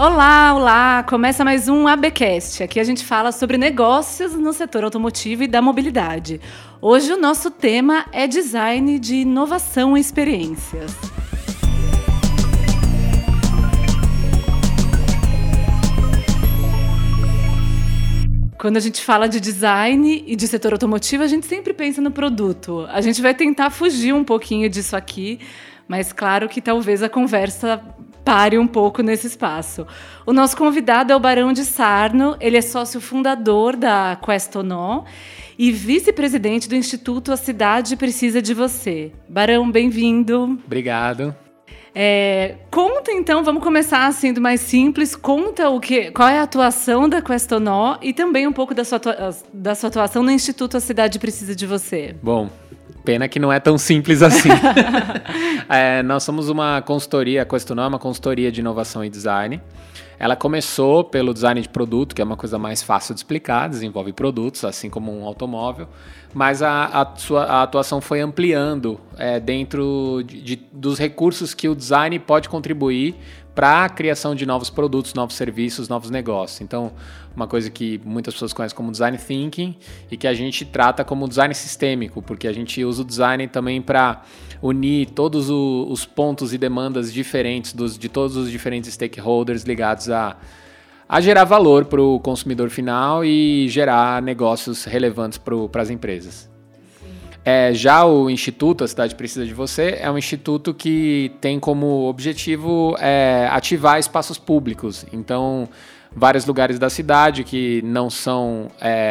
Olá, olá! Começa mais um ABcast. Aqui a gente fala sobre negócios no setor automotivo e da mobilidade. Hoje o nosso tema é design de inovação e experiências. Quando a gente fala de design e de setor automotivo, a gente sempre pensa no produto. A gente vai tentar fugir um pouquinho disso aqui, mas claro que talvez a conversa pare um pouco nesse espaço. O nosso convidado é o Barão de Sarno, ele é sócio fundador da Questonò e vice-presidente do Instituto A Cidade Precisa de Você. Barão, bem-vindo. Obrigado. Conta então, vamos começar assim do mais simples, conta qual é a atuação da Questonò e também um pouco da sua atuação no Instituto A Cidade Precisa de Você. Bom, pena que não é tão simples assim. Nós somos uma consultoria, a Questonò é uma consultoria de inovação e design. Ela começou pelo design de produto, que é uma coisa mais fácil de explicar, desenvolve produtos, assim como um automóvel, mas a atuação foi ampliando dentro dos recursos que o design pode contribuir para a criação de novos produtos, novos serviços, novos negócios. Então, uma coisa que muitas pessoas conhecem como design thinking e que a gente trata como design sistêmico, porque a gente usa o design também para unir todos os pontos e demandas diferentes de todos os diferentes stakeholders ligados a gerar valor para o consumidor final e gerar negócios relevantes para as empresas. Já o Instituto A Cidade Precisa de Você é um instituto que tem como objetivo ativar espaços públicos. Então, vários lugares da cidade que não são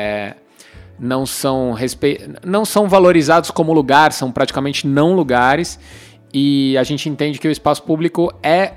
valorizados como lugar, são praticamente não lugares. E a gente entende que o espaço público é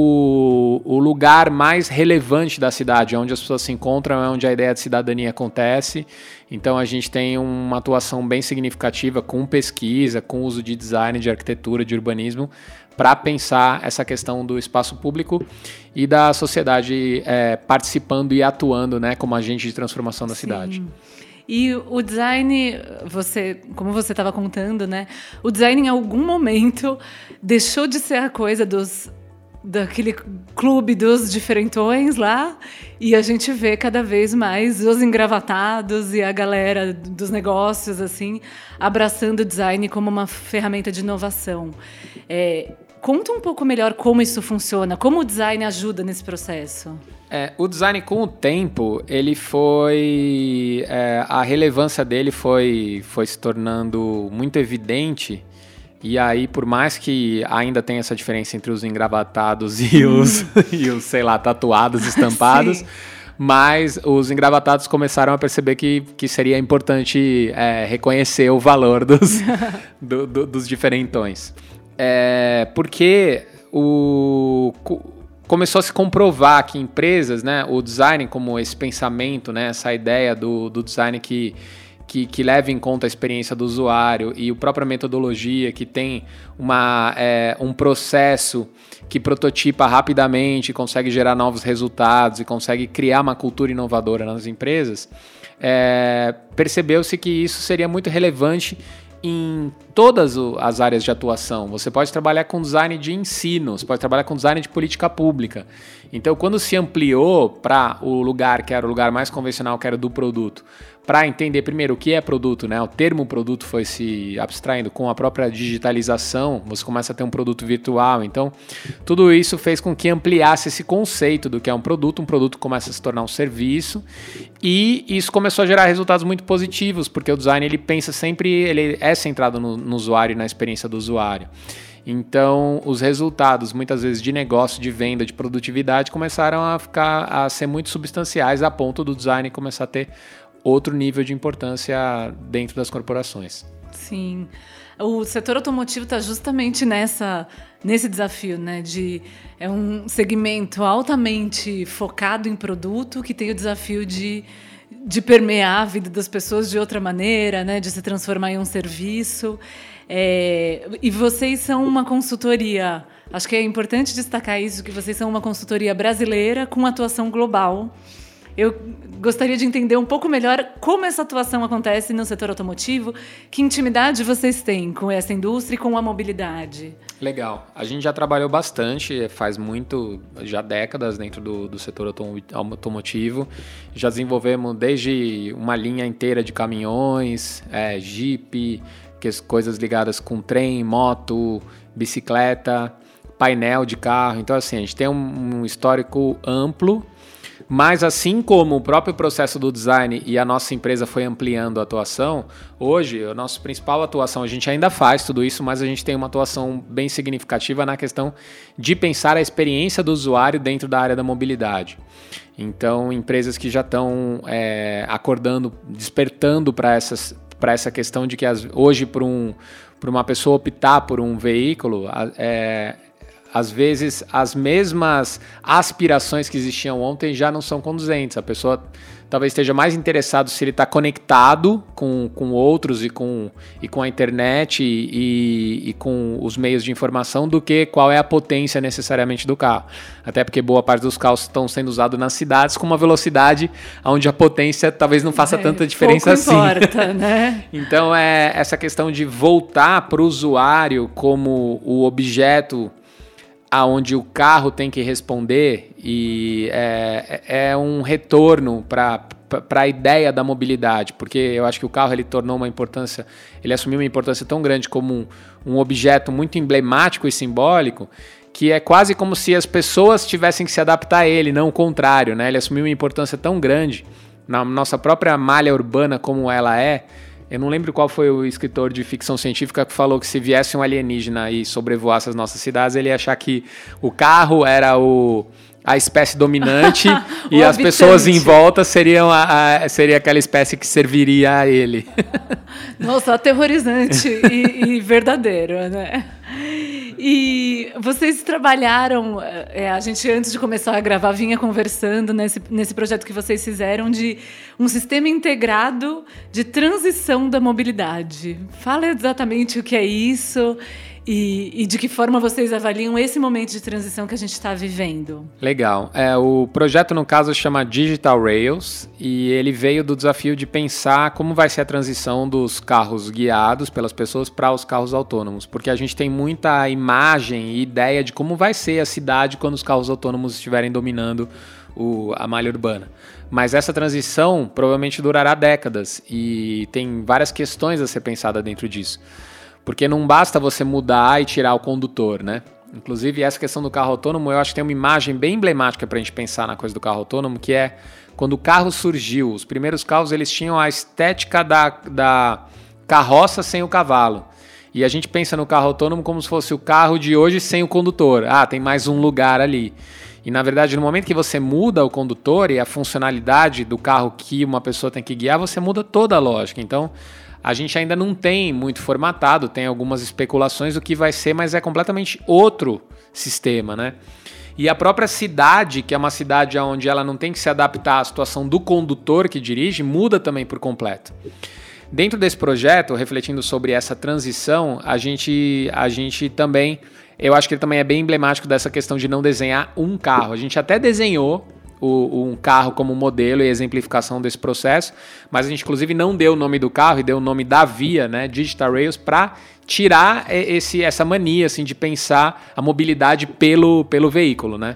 o lugar mais relevante da cidade, onde as pessoas se encontram, é onde a ideia de cidadania acontece. Então a gente tem uma atuação bem significativa com pesquisa, com uso de design, de arquitetura, de urbanismo, para pensar essa questão do espaço público e da sociedade participando e atuando, né, como agente de transformação da cidade. E o design, como você estava contando, né? O design em algum momento deixou de ser a coisa daquele clube dos diferentões lá, e a gente vê cada vez mais os engravatados e a galera dos negócios assim abraçando o design como uma ferramenta de inovação. Conta um pouco melhor como isso funciona, como o design ajuda nesse processo. O design, com o tempo, ele foi... a relevância dele foi se tornando muito evidente. E aí, por mais que ainda tenha essa diferença entre os engravatados e os, sei lá, tatuados, estampados, Sim. Mas os engravatados começaram a perceber que seria importante reconhecer o valor dos diferentões. Porque começou a se comprovar que empresas, né, o design como esse pensamento, né, essa ideia do design que leva em conta a experiência do usuário e a própria metodologia que tem um processo que prototipa rapidamente, consegue gerar novos resultados e consegue criar uma cultura inovadora nas empresas, percebeu-se que isso seria muito relevante em todas as áreas de atuação. Você pode trabalhar com design de ensino, você pode trabalhar com design de política pública. Então, quando se ampliou para o lugar que era o lugar mais convencional, que era do produto, para entender primeiro o que é produto, né? O termo produto foi se abstraindo com a própria digitalização, você começa a ter um produto virtual. Então, tudo isso fez com que ampliasse esse conceito do que é um produto começa a se tornar um serviço, e isso começou a gerar resultados muito positivos, porque o design ele pensa sempre, ele é centrado no usuário e na experiência do usuário. Então, os resultados, muitas vezes, de negócio, de venda, de produtividade, começaram a ser muito substanciais, a ponto do design começar a ter outro nível de importância dentro das corporações. Sim. O setor automotivo está justamente nesse desafio, né? É um segmento altamente focado em produto, que tem o desafio de permear a vida das pessoas de outra maneira, né? De se transformar em um serviço. E vocês são uma consultoria, acho que é importante destacar isso, que vocês são uma consultoria brasileira com atuação global. eu gostaria de entender um pouco melhor como essa atuação acontece no setor automotivo, que intimidade vocês têm com essa indústria e com a mobilidade. Legal. A gente já trabalhou bastante, faz já décadas dentro do setor automotivo. Já desenvolvemos desde uma linha inteira de caminhões, Jeep, coisas ligadas com trem, moto, bicicleta, painel de carro. Então, assim, a gente tem um histórico amplo, mas assim como o próprio processo do design e a nossa empresa foi ampliando a atuação, hoje a nossa principal atuação, a gente ainda faz tudo isso, mas a gente tem uma atuação bem significativa na questão de pensar a experiência do usuário dentro da área da mobilidade. Então, empresas que já estão acordando, despertando para essa questão de que hoje, para uma pessoa optar por um veículo, às vezes as mesmas aspirações que existiam ontem já não são conduzentes. A pessoa talvez esteja mais interessada se ele está conectado com outros e com a internet e com os meios de informação do que qual é a potência necessariamente do carro. Até porque boa parte dos carros estão sendo usados nas cidades com uma velocidade onde a potência talvez não faça tanta diferença assim. Importa, né? Então, essa questão de voltar para o usuário como o objeto aonde o carro tem que responder e é um retorno para a ideia da mobilidade, porque eu acho que o carro ele assumiu uma importância tão grande como um objeto muito emblemático e simbólico, que é quase como se as pessoas tivessem que se adaptar a ele, não o contrário, né? Ele assumiu uma importância tão grande na nossa própria malha urbana como ela é. Eu não lembro qual foi o escritor de ficção científica que falou que se viesse um alienígena e sobrevoasse as nossas cidades, ele ia achar que o carro era a espécie dominante e as pessoas em volta seria aquela espécie que serviria a ele. Nossa, aterrorizante e verdadeiro, né? E vocês trabalharam, a gente antes de começar a gravar vinha conversando nesse projeto que vocês fizeram de um sistema integrado de transição da mobilidade. Fala exatamente o que é isso e de que forma vocês avaliam esse momento de transição que a gente está vivendo. Legal. O projeto, no caso, chama Digital Rails e ele veio do desafio de pensar como vai ser a transição dos carros guiados pelas pessoas para os carros autônomos, porque a gente tem muita imagem e ideia de como vai ser a cidade quando os carros autônomos estiverem dominando a malha urbana. Mas essa transição provavelmente durará décadas e tem várias questões a ser pensada dentro disso. Porque não basta você mudar e tirar o condutor, né? Inclusive, essa questão do carro autônomo, eu acho que tem uma imagem bem emblemática para a gente pensar na coisa do carro autônomo, que é quando o carro surgiu. Os primeiros carros, eles tinham a estética da carroça sem o cavalo. E a gente pensa no carro autônomo como se fosse o carro de hoje sem o condutor. Tem mais um lugar ali. E, na verdade, no momento que você muda o condutor e a funcionalidade do carro que uma pessoa tem que guiar, você muda toda a lógica. Então, a gente ainda não tem muito formatado, tem algumas especulações do que vai ser, mas é completamente outro sistema, né? E a própria cidade, que é uma cidade onde ela não tem que se adaptar à situação do condutor que dirige, muda também por completo. Dentro desse projeto, refletindo sobre essa transição, a gente também, eu acho que ele também é bem emblemático dessa questão de não desenhar um carro. A gente até desenhou um carro como modelo e exemplificação desse processo, mas a gente inclusive não deu o nome do carro e deu o nome da via, né, Digital Rails, para tirar essa mania assim, de pensar a mobilidade pelo veículo, né?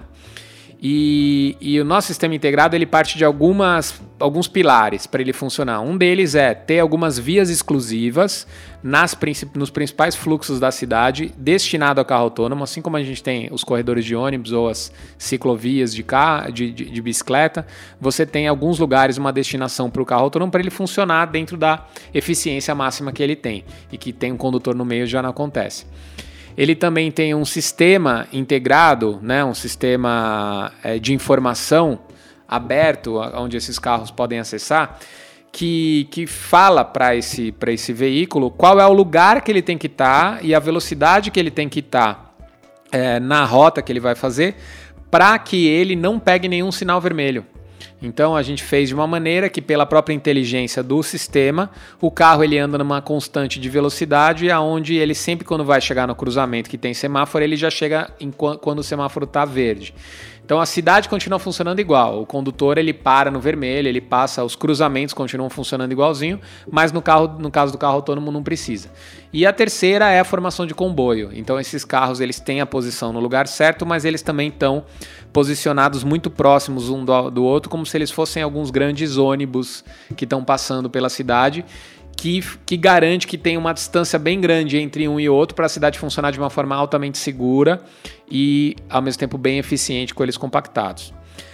E o nosso sistema integrado ele parte de alguns pilares para ele funcionar. Um deles é ter algumas vias exclusivas nos principais fluxos da cidade destinado a carro autônomo, assim como a gente tem os corredores de ônibus ou as ciclovias de bicicleta, você tem em alguns lugares uma destinação para o carro autônomo para ele funcionar dentro da eficiência máxima que ele tem e que tem um condutor no meio já não acontece. Ele também tem um sistema integrado, né, um sistema de informação aberto, onde esses carros podem acessar, que fala para esse veículo qual é o lugar que ele tem que estar e a velocidade que ele tem que estar na rota que ele vai fazer para que ele não pegue nenhum sinal vermelho. Então a gente fez de uma maneira que, pela própria inteligência do sistema, o carro ele anda numa constante de velocidade, aonde ele sempre, quando vai chegar no cruzamento que tem semáforo, ele já chega quando o semáforo está verde. Então a cidade continua funcionando igual, o condutor ele para no vermelho, ele passa, os cruzamentos continuam funcionando igualzinho, mas no caso do carro autônomo não precisa. E a terceira é a formação de comboio. Então esses carros eles têm a posição no lugar certo, mas eles também estão posicionados muito próximos um do outro, como se eles fossem alguns grandes ônibus que estão passando pela cidade, que garante que tem uma distância bem grande entre um e outro para a cidade funcionar de uma forma altamente segura e, ao mesmo tempo, bem eficiente com eles compactados.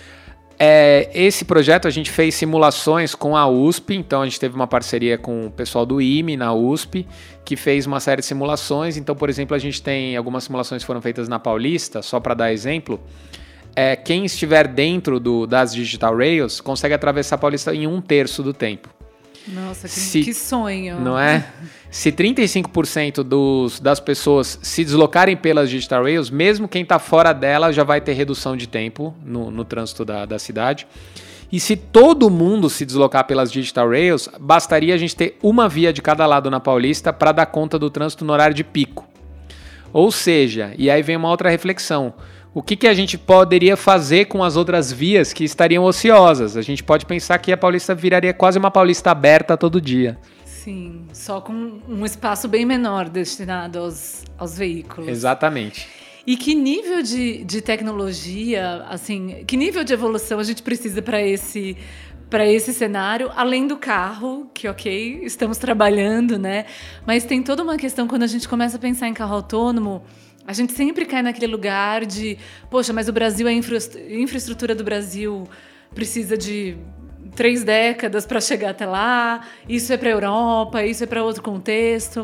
Esse projeto a gente fez simulações com a USP, então a gente teve uma parceria com o pessoal do IME na USP, que fez uma série de simulações. Então, por exemplo, a gente tem algumas simulações que foram feitas na Paulista, só para dar exemplo. Quem estiver dentro das Digital Rails consegue atravessar a Paulista em 1/3 do tempo. Nossa, que sonho. Não é? Se 35% das pessoas se deslocarem pelas Digital Rails, mesmo quem está fora dela já vai ter redução de tempo no trânsito da cidade. E se todo mundo se deslocar pelas Digital Rails, bastaria a gente ter uma via de cada lado na Paulista para dar conta do trânsito no horário de pico. Ou seja, e aí vem uma outra reflexão. O que a gente poderia fazer com as outras vias que estariam ociosas? A gente pode pensar que a Paulista viraria quase uma Paulista aberta todo dia. Sim, só com um espaço bem menor destinado aos veículos. Exatamente. E que nível de tecnologia, assim, que nível de evolução a gente precisa para esse cenário, além do carro, que ok, estamos trabalhando, né? Mas tem toda uma questão quando a gente começa a pensar em carro autônomo. A gente sempre cai naquele lugar de, poxa, mas o Brasil, a infraestrutura do Brasil precisa de 3 décadas para chegar até lá, isso é para a Europa, isso é para outro contexto.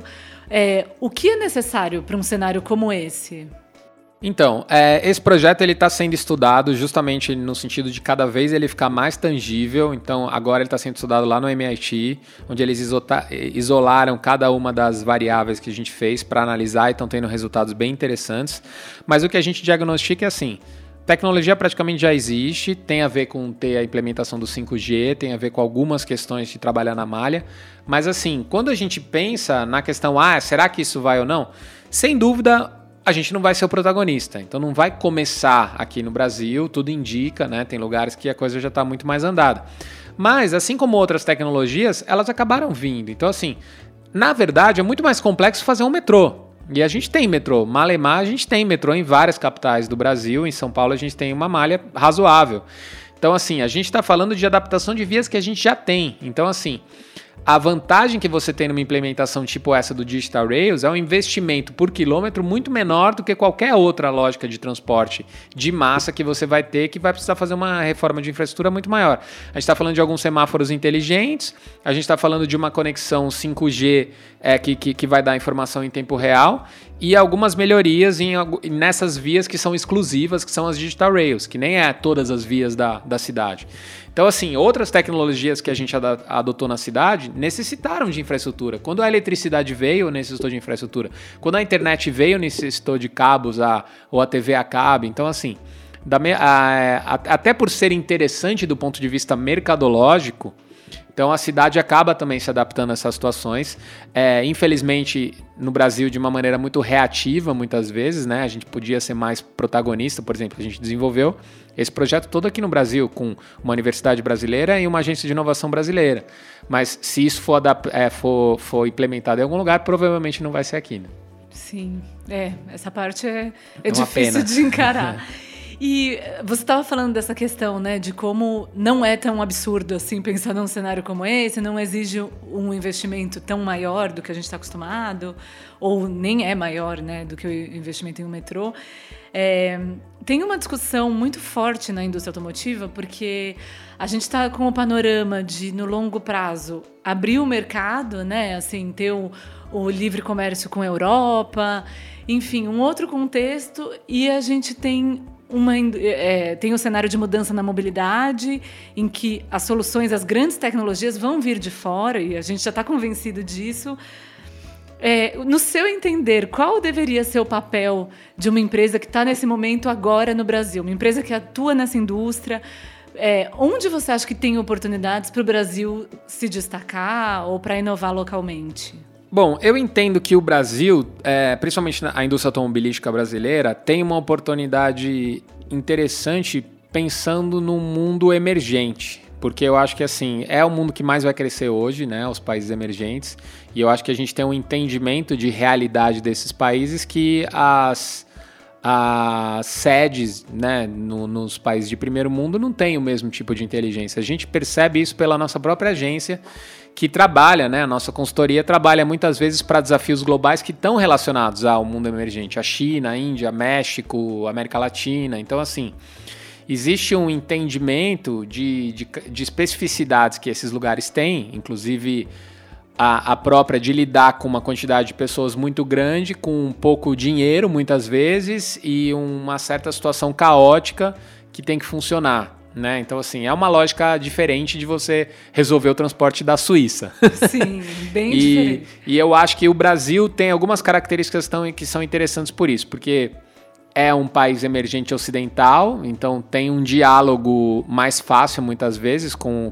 O que é necessário para um cenário como esse? Então, esse projeto está sendo estudado justamente no sentido de cada vez ele ficar mais tangível. Então, agora ele está sendo estudado lá no MIT, onde eles isolaram cada uma das variáveis que a gente fez para analisar e estão tendo resultados bem interessantes. Mas o que a gente diagnostica é assim, tecnologia praticamente já existe, tem a ver com ter a implementação do 5G, tem a ver com algumas questões de trabalhar na malha. Mas assim, quando a gente pensa na questão, será que isso vai ou não? Sem dúvida, a gente não vai ser o protagonista. Então não vai começar aqui no Brasil, tudo indica, né? Tem lugares que a coisa já está muito mais andada. Mas, assim como outras tecnologias, elas acabaram vindo. Então, assim, na verdade, é muito mais complexo fazer um metrô. E a gente tem metrô. Malemar, a gente tem metrô em várias capitais do Brasil. Em São Paulo, a gente tem uma malha razoável. Então, assim, a gente está falando de adaptação de vias que a gente já tem. Então, assim, a vantagem que você tem numa implementação tipo essa do Digital Rails é um investimento por quilômetro muito menor do que qualquer outra lógica de transporte de massa que você vai ter, que vai precisar fazer uma reforma de infraestrutura muito maior. A gente está falando de alguns semáforos inteligentes, a gente está falando de uma conexão 5G que vai dar informação em tempo real e algumas melhorias nessas vias que são exclusivas, que são as Digital Rails, que nem é todas as vias da cidade. Então, assim, outras tecnologias que a gente adotou na cidade necessitaram de infraestrutura. Quando a eletricidade veio, necessitou de infraestrutura. Quando a internet veio, necessitou de cabos ou a TV a cabo. Então, assim, até por ser interessante do ponto de vista mercadológico, então a cidade acaba também se adaptando a essas situações. Infelizmente, no Brasil, de uma maneira muito reativa, muitas vezes, né? A gente podia ser mais protagonista, por exemplo, a gente desenvolveu esse projeto todo aqui no Brasil, com uma universidade brasileira e uma agência de inovação brasileira. Mas se isso for implementado em algum lugar, provavelmente não vai ser aqui, né? Sim, essa parte é difícil de encarar. E você estava falando dessa questão, né, de como não é tão absurdo assim pensar num cenário como esse, não exige um investimento tão maior do que a gente está acostumado, ou nem é maior, né, do que o investimento em um metrô. Tem uma discussão muito forte na indústria automotiva, porque a gente está com o panorama de, no longo prazo, abrir o mercado, né, assim, ter o livre comércio com a Europa, enfim, um outro contexto, e a gente tem tem um cenário de mudança na mobilidade, em que as soluções, as grandes tecnologias vão vir de fora, e a gente já está convencido disso. No seu entender, qual deveria ser o papel de uma empresa que está nesse momento agora no Brasil? Uma empresa que atua nessa indústria, Onde você acha que tem oportunidades para o Brasil se destacar ou para inovar localmente? Bom, eu entendo que o Brasil, principalmente a indústria automobilística brasileira, tem uma oportunidade interessante pensando no mundo emergente. Porque eu acho que assim, é o mundo que mais vai crescer hoje, né, os países emergentes, e eu acho que a gente tem um entendimento de realidade desses países que as sedes, né, nos países de primeiro mundo não têm o mesmo tipo de inteligência. A gente percebe isso pela nossa própria agência, que trabalha, né, a nossa consultoria trabalha muitas vezes para desafios globais que estão relacionados ao mundo emergente, a China, a Índia, México, América Latina. Então, assim, existe um entendimento de especificidades que esses lugares têm, inclusive a própria de lidar com uma quantidade de pessoas muito grande, com pouco dinheiro muitas vezes e uma certa situação caótica que tem que funcionar, né? Então, assim, é uma lógica diferente de você resolver o transporte da Suíça. Sim, bem diferente. E eu acho que o Brasil tem algumas características que são interessantes por isso, porque é um país emergente ocidental, então tem um diálogo mais fácil, muitas vezes, com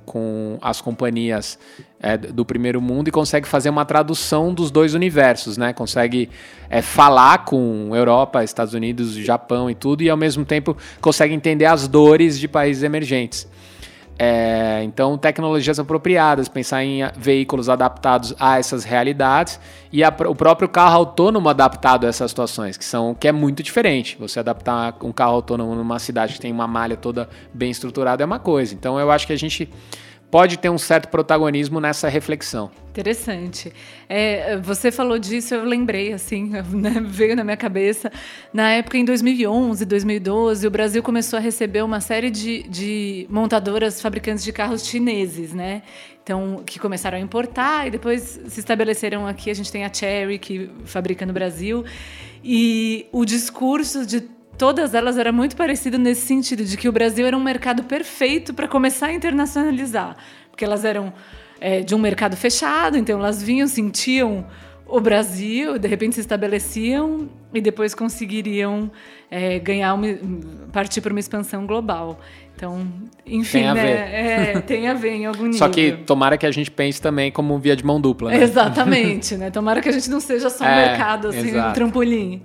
as companhias do primeiro mundo e consegue fazer uma tradução dos dois universos, né? Consegue falar com Europa, Estados Unidos, Japão e tudo, e ao mesmo tempo consegue entender as dores de países emergentes. Então, tecnologias apropriadas, pensar em veículos adaptados a essas realidades e o próprio carro autônomo adaptado a essas situações, que é muito diferente. Você adaptar um carro autônomo numa cidade que tem uma malha toda bem estruturada é uma coisa. Então, eu acho que a gente pode ter um certo protagonismo nessa reflexão. Interessante. Você falou disso, eu lembrei, assim, né, veio na minha cabeça. Na época, em 2011, 2012, o Brasil começou a receber uma série de montadoras, fabricantes de carros chineses, né? Então, que começaram a importar e depois se estabeleceram aqui. A gente tem a Chery, que fabrica no Brasil. E o discurso de todas elas era muito parecido nesse sentido, de que o Brasil era um mercado perfeito para começar a internacionalizar. Porque elas eram de um mercado fechado, então elas vinham, sentiam o Brasil, de repente se estabeleciam e depois conseguiriam partir para uma expansão global. Então, enfim, tem a ver. Tem a ver em algum nível. Só que tomara que a gente pense também como via de mão dupla, né? Exatamente, né? Tomara que a gente não seja só um mercado, assim, exato, um trampolim.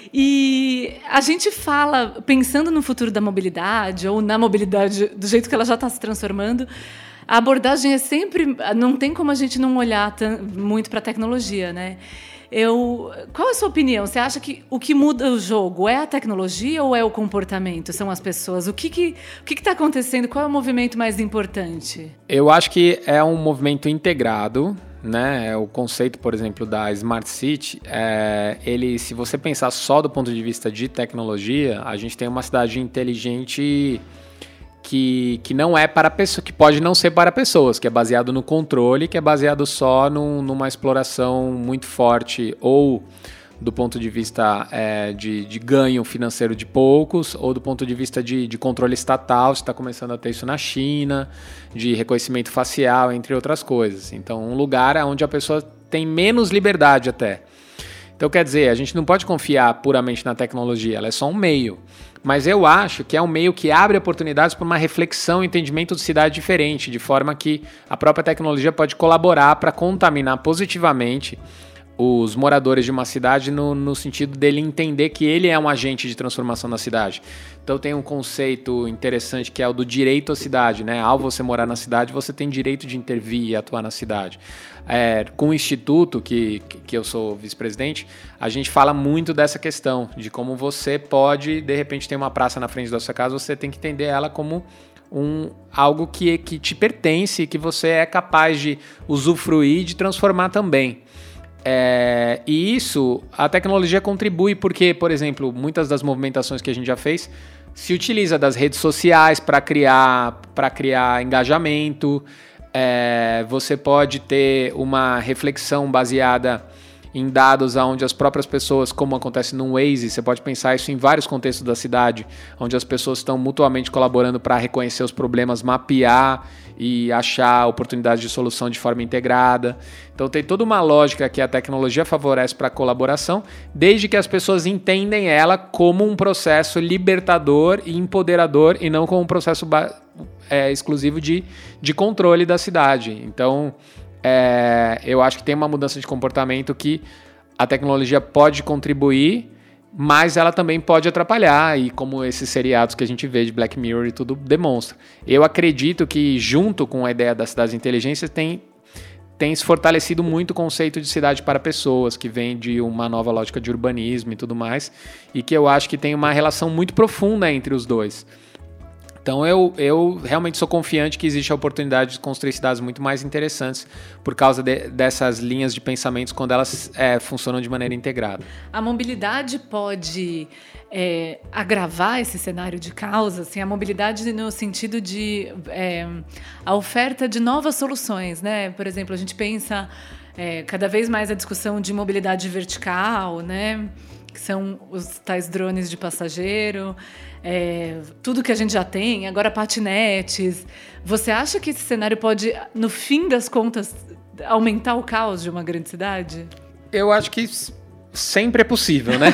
E a gente fala, pensando no futuro da mobilidade, ou na mobilidade do jeito que ela já está se transformando, a abordagem é sempre... Não tem como a gente não olhar muito para a tecnologia, né? Qual é a sua opinião? Você acha que o que muda o jogo é a tecnologia ou é o comportamento? São as pessoas? O que está acontecendo? Qual é o movimento mais importante? Eu acho que é um movimento integrado, né? O conceito, por exemplo, da Smart City, se você pensar só do ponto de vista de tecnologia, a gente tem uma cidade inteligente que não é para pessoas, que pode não ser para pessoas, que é baseado no controle, que é baseado só numa exploração muito forte, ou do ponto de vista de ganho financeiro de poucos, ou do ponto de vista de controle estatal. Você está começando a ter isso na China, de reconhecimento facial, entre outras coisas. Então, um lugar onde a pessoa tem menos liberdade até. Então, quer dizer, a gente não pode confiar puramente na tecnologia, ela é só um meio. Mas eu acho que é um meio que abre oportunidades para uma reflexão e entendimento de cidade diferente, de forma que a própria tecnologia pode colaborar para contaminar positivamente os moradores de uma cidade no sentido dele entender que ele é um agente de transformação na cidade. Então tem um conceito interessante que é o do direito à cidade, né? Ao você morar na cidade, você tem direito de intervir e atuar na cidade. Com o Instituto, que eu sou vice-presidente, a gente fala muito dessa questão, de como você pode, de repente, ter uma praça na frente da sua casa, você tem que entender ela como algo que te pertence e que você é capaz de usufruir e de transformar também. E isso, a tecnologia contribui porque, por exemplo, muitas das movimentações que a gente já fez se utiliza das redes sociais para criar engajamento. Você pode ter uma reflexão baseada em dados onde as próprias pessoas, como acontece no Waze, você pode pensar isso em vários contextos da cidade, onde as pessoas estão mutuamente colaborando para reconhecer os problemas, mapear e achar oportunidades de solução de forma integrada. Então tem toda uma lógica que a tecnologia favorece para a colaboração, desde que as pessoas entendem ela como um processo libertador e empoderador e não como um processo exclusivo de controle da cidade. Então, eu acho que tem uma mudança de comportamento que a tecnologia pode contribuir, mas ela também pode atrapalhar, e como esses seriados que a gente vê de Black Mirror e tudo demonstra. Eu acredito que, junto com a ideia das cidades inteligentes, tem se fortalecido muito o conceito de cidade para pessoas, que vem de uma nova lógica de urbanismo e tudo mais, e que eu acho que tem uma relação muito profunda entre os dois. Então eu realmente sou confiante que existe a oportunidade de construir cidades muito mais interessantes por causa dessas linhas de pensamentos quando elas funcionam de maneira integrada. A mobilidade pode agravar esse cenário de caos? Assim, a mobilidade no sentido de a oferta de novas soluções, né? Por exemplo, a gente pensa cada vez mais a discussão de mobilidade vertical, né? Que são os tais drones de passageiro, tudo que a gente já tem, agora patinetes. Você acha que esse cenário pode, no fim das contas, aumentar o caos de uma grande cidade? Eu acho que sempre é possível, né?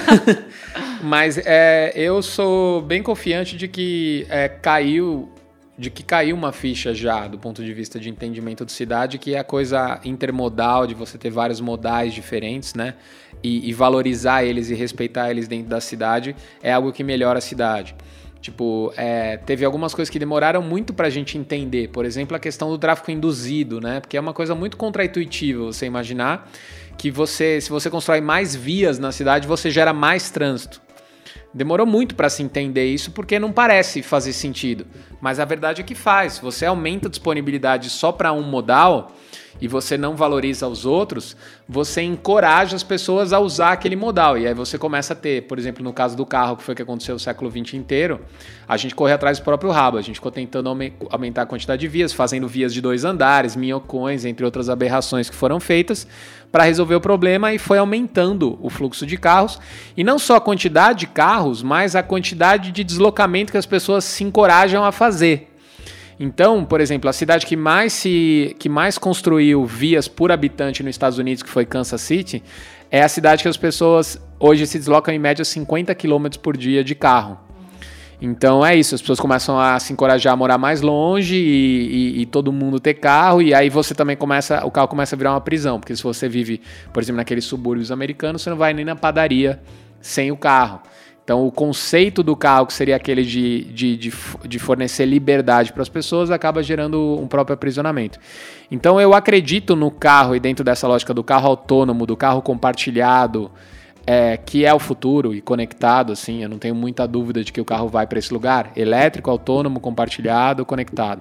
Mas eu sou bem confiante de que caiu uma ficha já do ponto de vista de entendimento de cidade, que é a coisa intermodal, de você ter vários modais diferentes, né? E valorizar eles e respeitar eles dentro da cidade é algo que melhora a cidade. Tipo, teve algumas coisas que demoraram muito pra gente entender. Por exemplo, a questão do tráfego induzido, né? Porque é uma coisa muito contraintuitiva você imaginar que se você constrói mais vias na cidade, você gera mais trânsito. Demorou muito para se entender isso porque não parece fazer sentido. Mas a verdade é que faz. Se você aumenta a disponibilidade só para um modal e você não valoriza os outros, você encoraja as pessoas a usar aquele modal. E aí você começa a ter, por exemplo, no caso do carro, que foi o que aconteceu o século XX inteiro, a gente corre atrás do próprio rabo. A gente ficou tentando aumentar a quantidade de vias, fazendo vias de 2 andares, minhocões, entre outras aberrações que foram feitas para resolver o problema, e foi aumentando o fluxo de carros. E não só a quantidade de carros, mas a quantidade de deslocamento que as pessoas se encorajam a fazer. Então, por exemplo, a cidade que mais construiu vias por habitante nos Estados Unidos, que foi Kansas City, é a cidade que as pessoas hoje se deslocam em média 50 km por dia de carro. Então é isso, as pessoas começam a se encorajar a morar mais longe e todo mundo ter carro, e aí você também o carro começa a virar uma prisão, porque se você vive, por exemplo, naqueles subúrbios americanos, você não vai nem na padaria sem o carro. Então o conceito do carro, que seria aquele de fornecer liberdade para as pessoas, acaba gerando um próprio aprisionamento. Então eu acredito no carro, e dentro dessa lógica do carro autônomo, do carro compartilhado, que é o futuro e conectado, assim, eu não tenho muita dúvida de que o carro vai para esse lugar, elétrico, autônomo, compartilhado, conectado,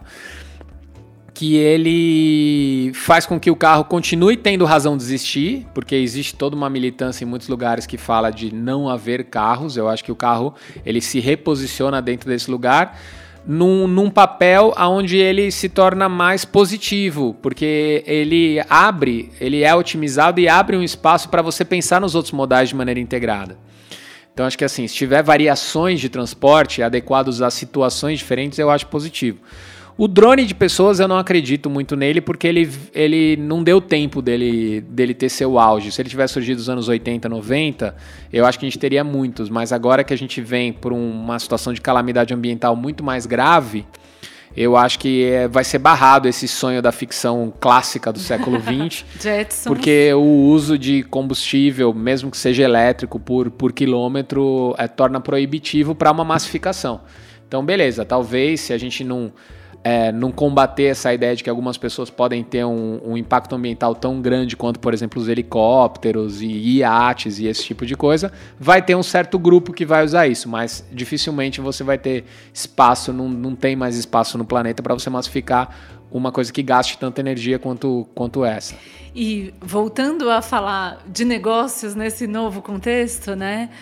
que ele faz com que o carro continue tendo razão de existir, porque existe toda uma militância em muitos lugares que fala de não haver carros. Eu acho que o carro ele se reposiciona dentro desse lugar, num papel onde ele se torna mais positivo, porque ele é otimizado e abre um espaço para você pensar nos outros modais de maneira integrada. Então acho que assim, se tiver variações de transporte adequados a situações diferentes, eu acho positivo. O drone de pessoas eu não acredito muito nele, porque ele não deu tempo dele ter seu auge. Se ele tivesse surgido nos anos 80, 90, eu acho que a gente teria muitos. Mas agora que a gente vem por uma situação de calamidade ambiental muito mais grave, eu acho que vai ser barrado esse sonho da ficção clássica do século XX. Porque o uso de combustível, mesmo que seja elétrico, por quilômetro, torna proibitivo para uma massificação. Então, beleza, talvez se a gente não combater essa ideia de que algumas pessoas podem ter um impacto ambiental tão grande quanto, por exemplo, os helicópteros e iates e esse tipo de coisa, vai ter um certo grupo que vai usar isso, mas dificilmente você vai ter espaço, não tem mais espaço no planeta para você massificar uma coisa que gaste tanta energia quanto essa. E voltando a falar de negócios nesse novo contexto, né?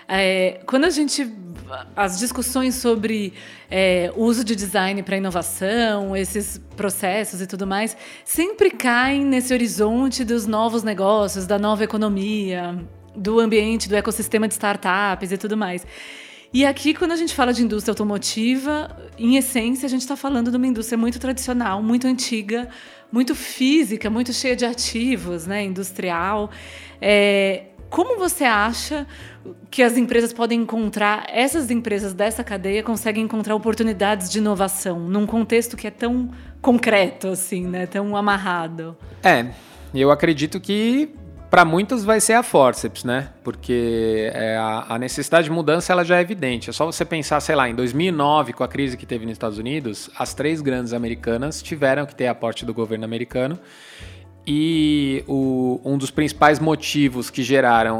Quando as discussões sobre o uso de design para inovação, esses processos e tudo mais, sempre caem nesse horizonte dos novos negócios, da nova economia, do ambiente, do ecossistema de startups e tudo mais. E aqui, quando a gente fala de indústria automotiva, em essência, a gente está falando de uma indústria muito tradicional, muito antiga, muito física, muito cheia de ativos, né, industrial. Como você acha que as empresas podem encontrar, essas empresas dessa cadeia conseguem encontrar oportunidades de inovação num contexto que é tão concreto, assim, né, tão amarrado? Eu acredito que para muitas vai ser a forceps, né? Porque a necessidade de mudança ela já é evidente. É só você pensar, sei lá, em 2009, com a crise que teve nos Estados Unidos, as 3 grandes americanas tiveram que ter aporte do governo americano. E um dos principais motivos que geraram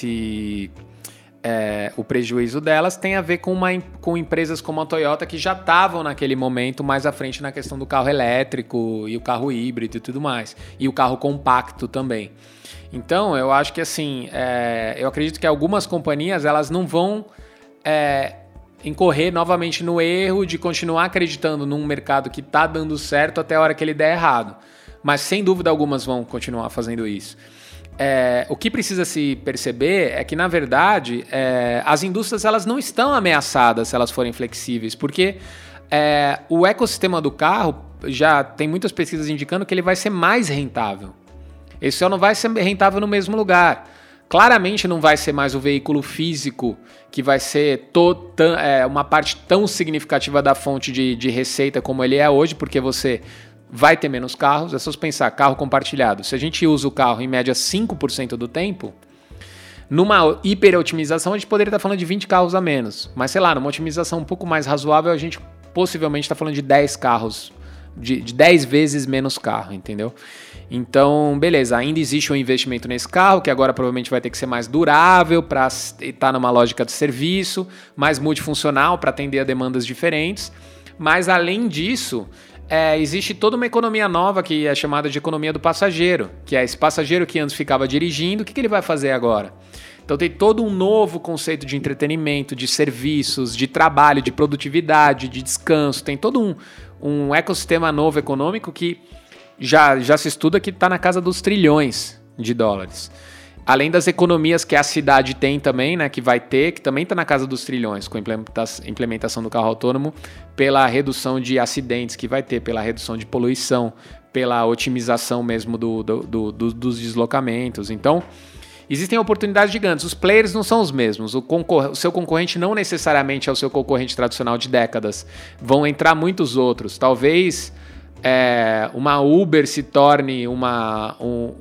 o prejuízo delas tem a ver com empresas como a Toyota, que já estavam naquele momento mais à frente na questão do carro elétrico e o carro híbrido e tudo mais. E o carro compacto também. Então, eu acho que assim, eu acredito que algumas companhias elas não vão incorrer novamente no erro de continuar acreditando num mercado que está dando certo até a hora que ele der errado. Mas, sem dúvida, algumas vão continuar fazendo isso. O que precisa se perceber é que, na verdade, as indústrias elas não estão ameaçadas se elas forem flexíveis, porque o ecossistema do carro já tem muitas pesquisas indicando que ele vai ser mais rentável. Ele só não vai ser rentável no mesmo lugar. Claramente não vai ser mais o veículo físico que vai ser uma parte tão significativa da fonte de receita como ele é hoje, porque você vai ter menos carros. É só você pensar, carro compartilhado. Se a gente usa o carro em média 5% do tempo, numa hiper-otimização a gente poderia estar falando de 20 carros a menos. Mas sei lá, numa otimização um pouco mais razoável, a gente possivelmente está falando de 10 carros, de 10 vezes menos carro, entendeu? Então, beleza, ainda existe um investimento nesse carro, que agora provavelmente vai ter que ser mais durável para estar numa lógica de serviço, mais multifuncional para atender a demandas diferentes. Mas, além disso, existe toda uma economia nova que é chamada de economia do passageiro, que é esse passageiro que antes ficava dirigindo, o que ele vai fazer agora? Então tem todo um novo conceito de entretenimento, de serviços, de trabalho, de produtividade, de descanso, tem todo um ecossistema novo econômico que já se estuda que está na casa dos trilhões de dólares. Além das economias que a cidade tem também, né, que vai ter, que também está na casa dos trilhões com a implementação do carro autônomo, pela redução de acidentes que vai ter, pela redução de poluição, pela otimização mesmo dos deslocamentos. Então, existem oportunidades gigantes. Os players não são os mesmos. O seu concorrente não necessariamente é o seu concorrente tradicional de décadas. Vão entrar muitos outros. Talvez uma Uber se torne uma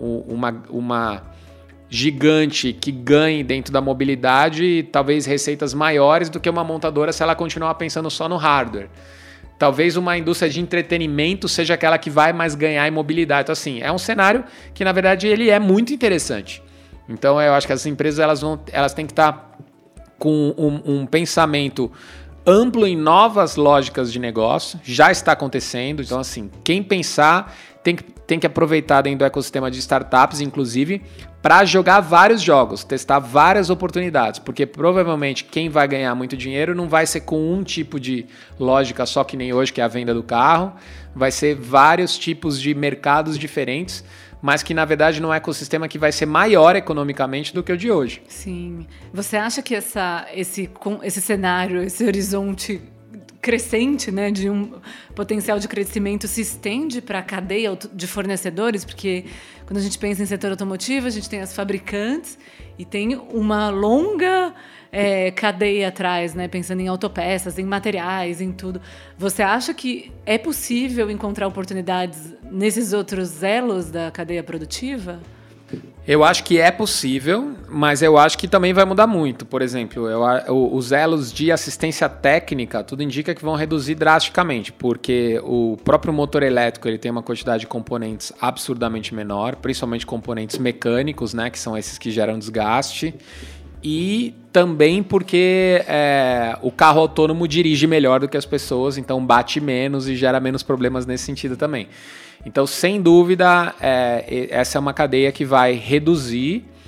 gigante que ganhe dentro da mobilidade e talvez receitas maiores do que uma montadora se ela continuar pensando só no hardware. Talvez uma indústria de entretenimento seja aquela que vai mais ganhar em mobilidade. Então, assim, é um cenário que, na verdade, ele é muito interessante. Então, eu acho que as empresas elas têm que estar com um pensamento amplo em novas lógicas de negócio. Já está acontecendo. Então, assim, quem pensar tem que aproveitar dentro do ecossistema de startups, inclusive, para jogar vários jogos, testar várias oportunidades, porque provavelmente quem vai ganhar muito dinheiro não vai ser com um tipo de lógica só que nem hoje, que é a venda do carro, vai ser vários tipos de mercados diferentes, mas que na verdade num ecossistema que vai ser maior economicamente do que o de hoje. Sim. Você acha que esse cenário, esse horizonte crescente, né, de um potencial de crescimento se estende para a cadeia de fornecedores? Porque quando a gente pensa em setor automotivo, a gente tem as fabricantes e tem uma longa cadeia atrás, né, pensando em autopeças, em materiais, em tudo. Você acha que é possível encontrar oportunidades nesses outros elos da cadeia produtiva? Eu acho que é possível, mas eu acho que também vai mudar muito. Por exemplo, os elos de assistência técnica, tudo indica que vão reduzir drasticamente, porque o próprio motor elétrico ele tem uma quantidade de componentes absurdamente menor, principalmente componentes mecânicos, né, que são esses que geram desgaste, e também porque o carro autônomo dirige melhor do que as pessoas, então bate menos e gera menos problemas nesse sentido também. Então, sem dúvida, essa é uma cadeia que vai reduzir,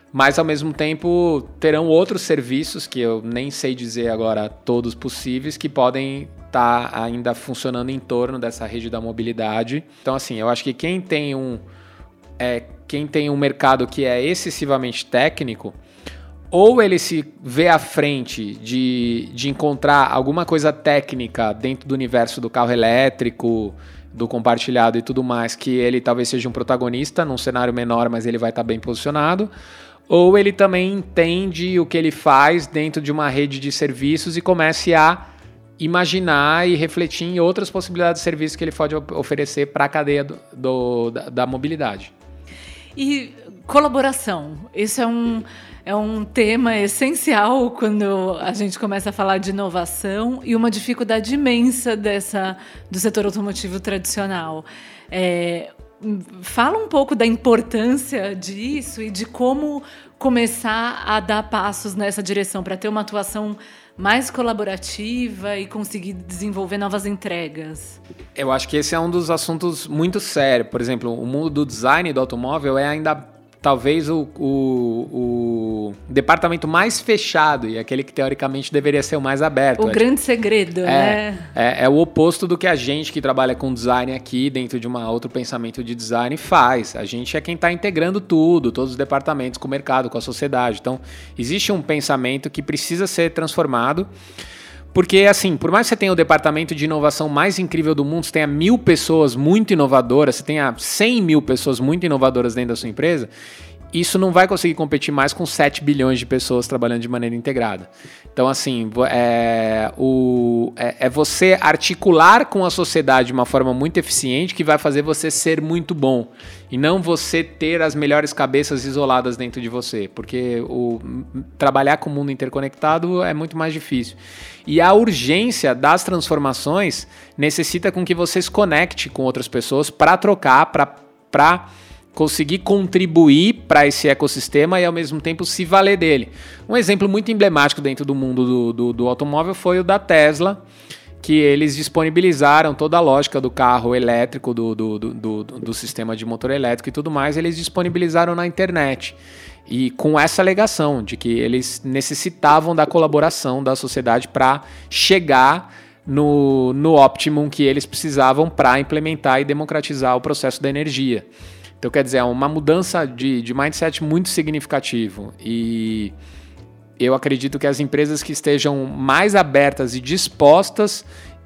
mas ao mesmo tempo terão outros serviços, que eu nem sei dizer agora todos possíveis, que podem estar ainda funcionando em torno dessa rede da mobilidade. Então, assim, eu acho que quem tem um mercado que é excessivamente técnico, ou ele se vê à frente de encontrar alguma coisa técnica dentro do universo do carro elétrico, do compartilhado e tudo mais, que ele talvez seja um protagonista num cenário menor, mas ele vai estar bem posicionado, ou ele também entende o que ele faz dentro de uma rede de serviços e comece a imaginar e refletir em outras possibilidades de serviços que ele pode oferecer para a cadeia da mobilidade. E colaboração, esse é um tema essencial quando a gente começa a falar de inovação e uma dificuldade imensa do setor automotivo tradicional. Fala um pouco da importância disso e de como começar a dar passos nessa direção para ter uma atuação mais colaborativa e conseguir desenvolver novas entregas. Eu acho que esse é um dos assuntos muito sérios. Por exemplo, o mundo do design do automóvel é ainda talvez o departamento mais fechado e aquele que teoricamente deveria ser o mais aberto. O grande segredo, né? É o oposto do que a gente que trabalha com design aqui, dentro de outro pensamento de design, faz. A gente é quem está integrando tudo, todos os departamentos com o mercado, com a sociedade. Então, existe um pensamento que precisa ser transformado. Porque, assim, por mais que você tenha o departamento de inovação mais incrível do mundo, você tenha 1.000 pessoas muito inovadoras, você tenha 100.000 pessoas muito inovadoras dentro da sua empresa, isso não vai conseguir competir mais com 7 bilhões de pessoas trabalhando de maneira integrada. Então, assim, é você articular com a sociedade de uma forma muito eficiente que vai fazer você ser muito bom. E não você ter as melhores cabeças isoladas dentro de você. Porque trabalhar com o mundo interconectado é muito mais difícil. E a urgência das transformações necessita com que você se conecte com outras pessoas para trocar, para conseguir contribuir para esse ecossistema e ao mesmo tempo se valer dele. Um exemplo muito emblemático dentro do mundo do automóvel foi o da Tesla, que eles disponibilizaram toda a lógica do carro elétrico, do sistema de motor elétrico e tudo mais, eles disponibilizaram na internet. E com essa alegação de que eles necessitavam da colaboração da sociedade para chegar no optimum que eles precisavam para implementar e democratizar o processo da energia. Então, quer dizer, é uma mudança de mindset muito significativo. E eu acredito que as empresas que estejam mais abertas e dispostas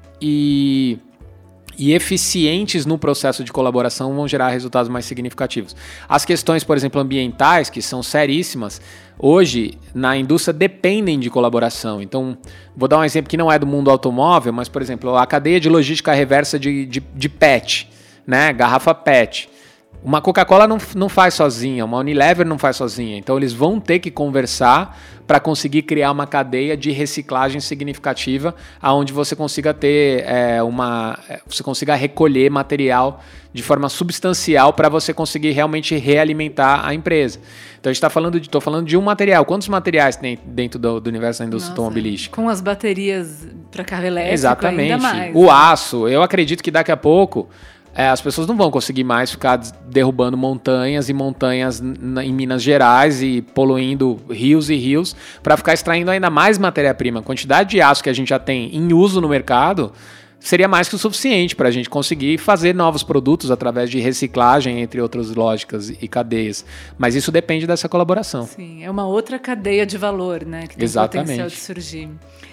e eficientes no processo de colaboração vão gerar resultados mais significativos. As questões, por exemplo, ambientais, que são seríssimas, hoje na indústria dependem de colaboração. Então, vou dar um exemplo que não é do mundo automóvel, mas, por exemplo, a cadeia de logística reversa de PET, né? Garrafa PET. Uma Coca-Cola não faz sozinha, uma Unilever não faz sozinha. Então, eles vão ter que conversar para conseguir criar uma cadeia de reciclagem significativa, onde você consiga ter você consiga recolher material de forma substancial para você conseguir realmente realimentar a empresa. Então, a gente estou falando de um material. Quantos materiais tem dentro do universo da indústria automobilística? Com as baterias para carro elétrico. Exatamente. Ainda mais. O aço, eu acredito que daqui a pouco as pessoas não vão conseguir mais ficar derrubando montanhas e montanhas em Minas Gerais e poluindo rios e rios para ficar extraindo ainda mais matéria-prima. A quantidade de aço que a gente já tem em uso no mercado seria mais que o suficiente para a gente conseguir fazer novos produtos através de reciclagem, entre outras lógicas e cadeias. Mas isso depende dessa colaboração. Sim, é uma outra cadeia de valor, né, que tem potencial de surgir.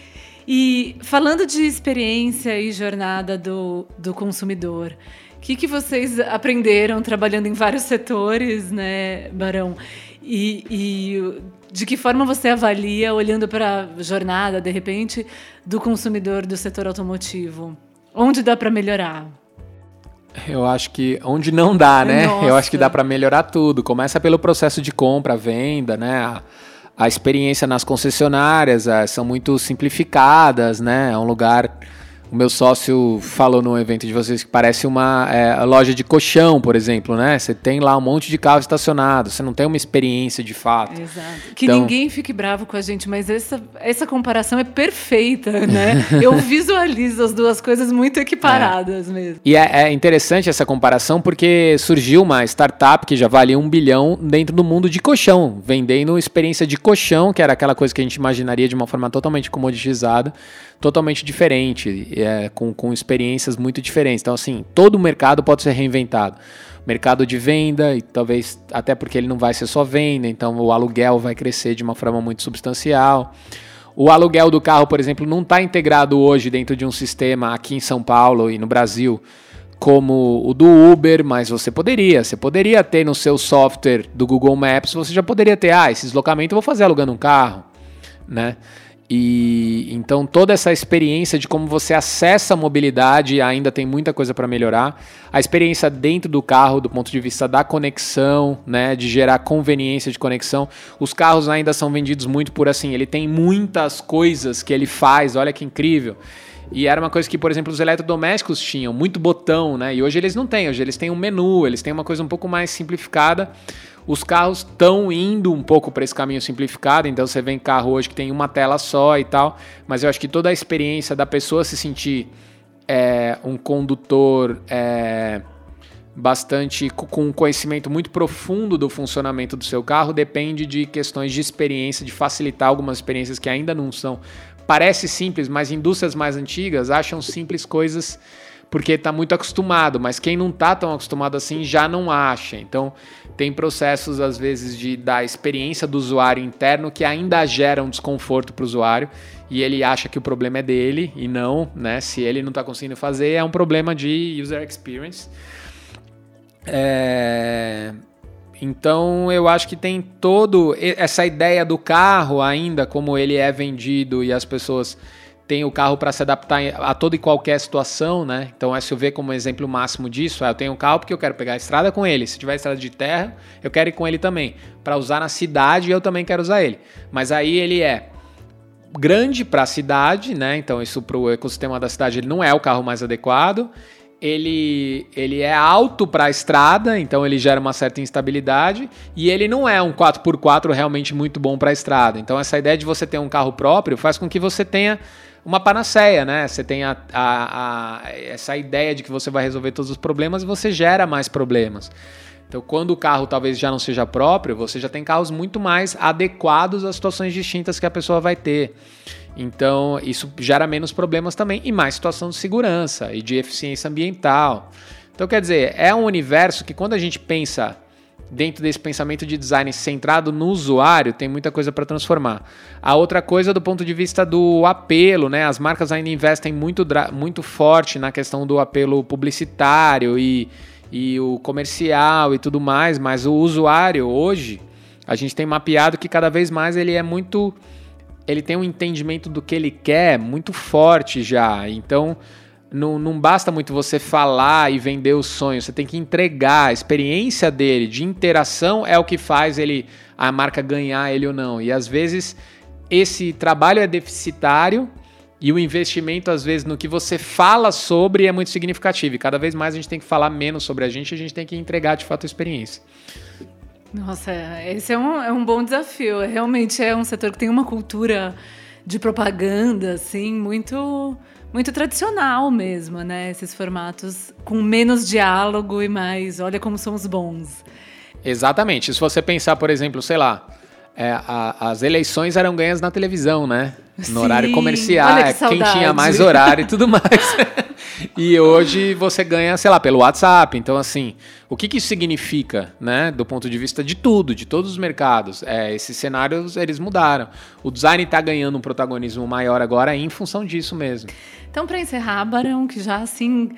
E falando de experiência e jornada do consumidor, o que vocês aprenderam trabalhando em vários setores, né, Barão? E de que forma você avalia, olhando para a jornada, de repente, do consumidor do setor automotivo? Onde dá para melhorar? Eu acho que onde não dá, né? Nossa. Eu acho que dá para melhorar tudo. Começa pelo processo de compra, venda, né? A experiência nas concessionárias são muito simplificadas, né? É um lugar O meu sócio falou num evento de vocês que parece uma loja de colchão, por exemplo, né? Você tem lá um monte de carro estacionado, você não tem uma experiência de fato. Exato. Que então, ninguém fique bravo com a gente, mas essa comparação é perfeita, né? Eu visualizo as duas coisas muito equiparadas mesmo. E é interessante essa comparação porque surgiu uma startup que já valia 1 bilhão dentro do mundo de colchão, vendendo experiência de colchão, que era aquela coisa que a gente imaginaria de uma forma totalmente comoditizada, totalmente diferente, com experiências muito diferentes. Então, assim, todo o mercado pode ser reinventado. Mercado de venda, e talvez até porque ele não vai ser só venda, então o aluguel vai crescer de uma forma muito substancial. O aluguel do carro, por exemplo, não está integrado hoje dentro de um sistema aqui em São Paulo e no Brasil como o do Uber, mas você poderia ter no seu software do Google Maps, você já poderia ter, esse deslocamento eu vou fazer alugando um carro, né? E então toda essa experiência de como você acessa a mobilidade ainda tem muita coisa para melhorar. A experiência dentro do carro, do ponto de vista da conexão, né, de gerar conveniência de conexão. Os carros ainda são vendidos muito por assim, ele tem muitas coisas que ele faz, olha que incrível. E era uma coisa que, por exemplo, os eletrodomésticos tinham, muito botão, né? E hoje eles não têm, hoje eles têm um menu, eles têm uma coisa um pouco mais simplificada. Os carros estão indo um pouco para esse caminho simplificado, então você vê em carro hoje que tem uma tela só e tal, mas eu acho que toda a experiência da pessoa se sentir um condutor bastante com um conhecimento muito profundo do funcionamento do seu carro depende de questões de experiência, de facilitar algumas experiências que ainda não são. Parece simples, mas indústrias mais antigas acham simples coisas porque está muito acostumado, mas quem não está tão acostumado assim já não acha. Então, tem processos, às vezes, da experiência do usuário interno que ainda geram desconforto para o usuário e ele acha que o problema é dele e não, né? Se ele não está conseguindo fazer, é um problema de user experience. Então, eu acho que tem toda essa ideia do carro ainda, como ele é vendido e as pessoas têm o carro para se adaptar a toda e qualquer situação, né? Então, o SUV como exemplo máximo disso, eu tenho um carro porque eu quero pegar a estrada com ele. Se tiver estrada de terra, eu quero ir com ele também. Para usar na cidade, eu também quero usar ele. Mas aí ele é grande para a cidade, né? Então, isso para o ecossistema da cidade ele não é o carro mais adequado. Ele é alto para a estrada, então ele gera uma certa instabilidade e ele não é um 4x4 realmente muito bom para a estrada. Então essa ideia de você ter um carro próprio faz com que você tenha uma panaceia, né? Você tem essa ideia de que você vai resolver todos os problemas e você gera mais problemas. Então, quando o carro talvez já não seja próprio, você já tem carros muito mais adequados às situações distintas que a pessoa vai ter. Então, isso gera menos problemas também e mais situação de segurança e de eficiência ambiental. Então, quer dizer, é um universo que quando a gente pensa dentro desse pensamento de design centrado no usuário, tem muita coisa para transformar. A outra coisa do ponto de vista do apelo, né? As marcas ainda investem muito forte na questão do apelo publicitário e o comercial e tudo mais, mas o usuário hoje, a gente tem mapeado que cada vez mais ele tem um entendimento do que ele quer muito forte já, então não basta muito você falar e vender o sonho, você tem que entregar a experiência dele, de interação é o que faz a marca ganhar ele ou não, e às vezes esse trabalho é deficitário e o investimento, às vezes, no que você fala sobre é muito significativo. E cada vez mais a gente tem que falar menos sobre a gente tem que entregar, de fato, a experiência. Nossa, esse é um bom desafio. Realmente é um setor que tem uma cultura de propaganda, assim, muito, muito tradicional mesmo, né? Esses formatos com menos diálogo e mais, olha como somos bons. Exatamente. Se você pensar, por exemplo, sei lá, as eleições eram ganhas na televisão, né? No horário comercial, quem tinha mais horário e tudo mais. E hoje você ganha, sei lá, pelo WhatsApp. Então, assim, o que isso significa, né? Do ponto de vista de tudo, de todos os mercados. Esses cenários, eles mudaram. O design está ganhando um protagonismo maior agora em função disso mesmo. Então, para encerrar, Barão, que já, assim,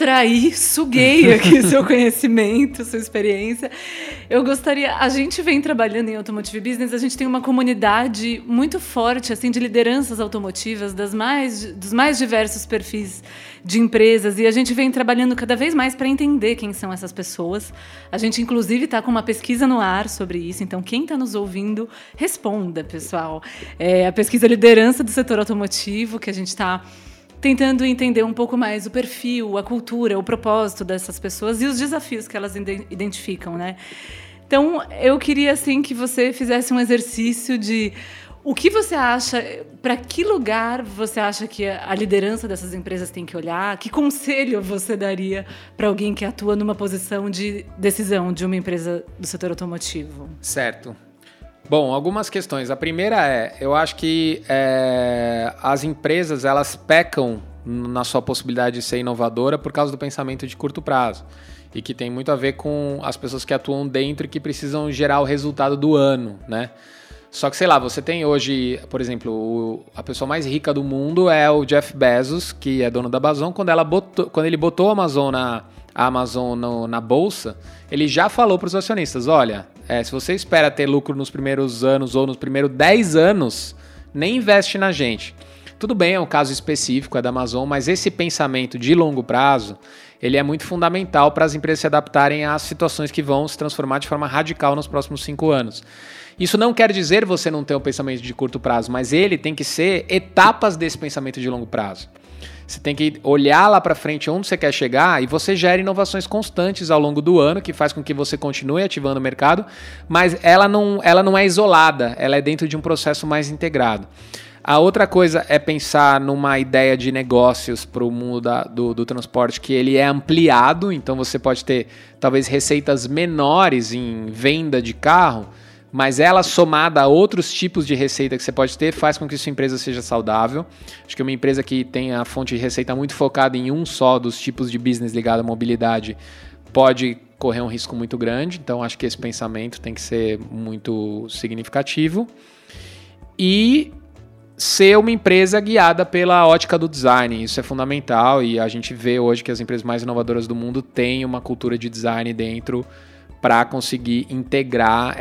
suguei aqui seu conhecimento, sua experiência, eu gostaria... A gente vem trabalhando em Automotive Business, a gente tem uma comunidade muito forte, assim, de lideranças automotivas dos mais diversos perfis de empresas, e a gente vem trabalhando cada vez mais para entender quem são essas pessoas. A gente, inclusive, está com uma pesquisa no ar sobre isso, então quem está nos ouvindo, responda, pessoal. A pesquisa Liderança do Setor Automotivo, que a gente está tentando entender um pouco mais o perfil, a cultura, o propósito dessas pessoas e os desafios que elas identificam, né? Então, eu queria, assim, que você fizesse um exercício de o que você acha, para que lugar você acha que a liderança dessas empresas tem que olhar, que conselho você daria para alguém que atua numa posição de decisão de uma empresa do setor automotivo? Certo. Bom, algumas questões. A primeira eu acho que as empresas, elas pecam na sua possibilidade de ser inovadora por causa do pensamento de curto prazo. E que tem muito a ver com as pessoas que atuam dentro e que precisam gerar o resultado do ano, né? Só que, sei lá, você tem hoje, por exemplo, a pessoa mais rica do mundo é o Jeff Bezos, que é dono da Amazon. Quando ele botou a Amazon na bolsa, ele já falou para os acionistas, olha, se você espera ter lucro nos primeiros anos ou nos primeiros 10 anos, nem investe na gente. Tudo bem, é um caso específico, é da Amazon, mas esse pensamento de longo prazo, ele é muito fundamental para as empresas se adaptarem às situações que vão se transformar de forma radical nos próximos 5 anos. Isso não quer dizer você não ter um pensamento de curto prazo, mas ele tem que ser etapas desse pensamento de longo prazo. Você tem que olhar lá para frente onde você quer chegar e você gera inovações constantes ao longo do ano, que faz com que você continue ativando o mercado, mas ela não é isolada, ela é dentro de um processo mais integrado. A outra coisa é pensar numa ideia de negócios para o mundo do transporte que ele é ampliado, então você pode ter talvez receitas menores em venda de carro, mas ela somada a outros tipos de receita que você pode ter faz com que sua empresa seja saudável. Acho que uma empresa que tem a fonte de receita muito focada em um só dos tipos de business ligado à mobilidade pode correr um risco muito grande, então acho que esse pensamento tem que ser muito significativo. E ser uma empresa guiada pela ótica do design, isso é fundamental e a gente vê hoje que as empresas mais inovadoras do mundo têm uma cultura de design dentro para conseguir integrar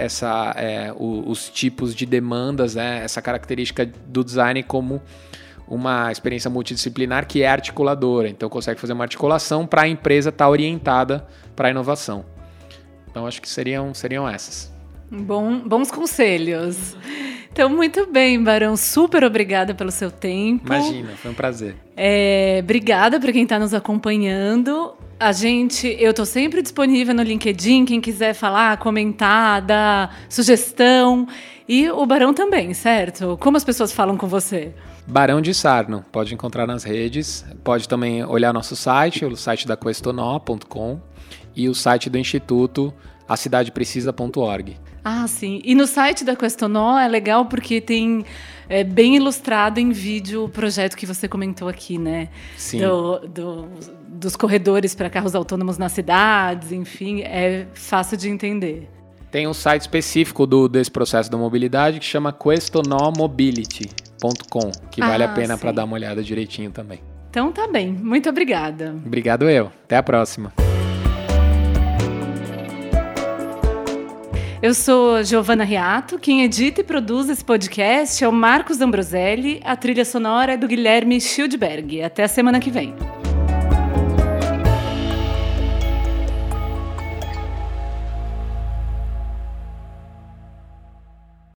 os tipos de demandas, né, essa característica do design como uma experiência multidisciplinar que é articuladora, então consegue fazer uma articulação para a empresa estar orientada para a inovação. Então acho que seriam essas. Bons conselhos. Então, muito bem, Barão. Super obrigada pelo seu tempo. Imagina, foi um prazer. Obrigada para quem está nos acompanhando. Eu estou sempre disponível no LinkedIn, quem quiser falar, comentar, dar sugestão. E o Barão também, certo? Como as pessoas falam com você? Barão de Sarno, pode encontrar nas redes. Pode também olhar nosso site, o site da questonó.com e o site do Instituto, acidadeprecisa.org. Ah, sim. E no site da Questonó é legal porque tem bem ilustrado em vídeo o projeto que você comentou aqui, né? Sim. Dos corredores para carros autônomos nas cidades, enfim, é fácil de entender. Tem um site específico desse processo da mobilidade que chama questonomobility.com, que vale a pena para dar uma olhada direitinho também. Então tá bem. Muito obrigada. Obrigado eu. Até a próxima. Eu sou Giovana Riato, quem edita e produz esse podcast é o Marcos Ambroselli, a trilha sonora é do Guilherme Schildberg. Até a semana que vem.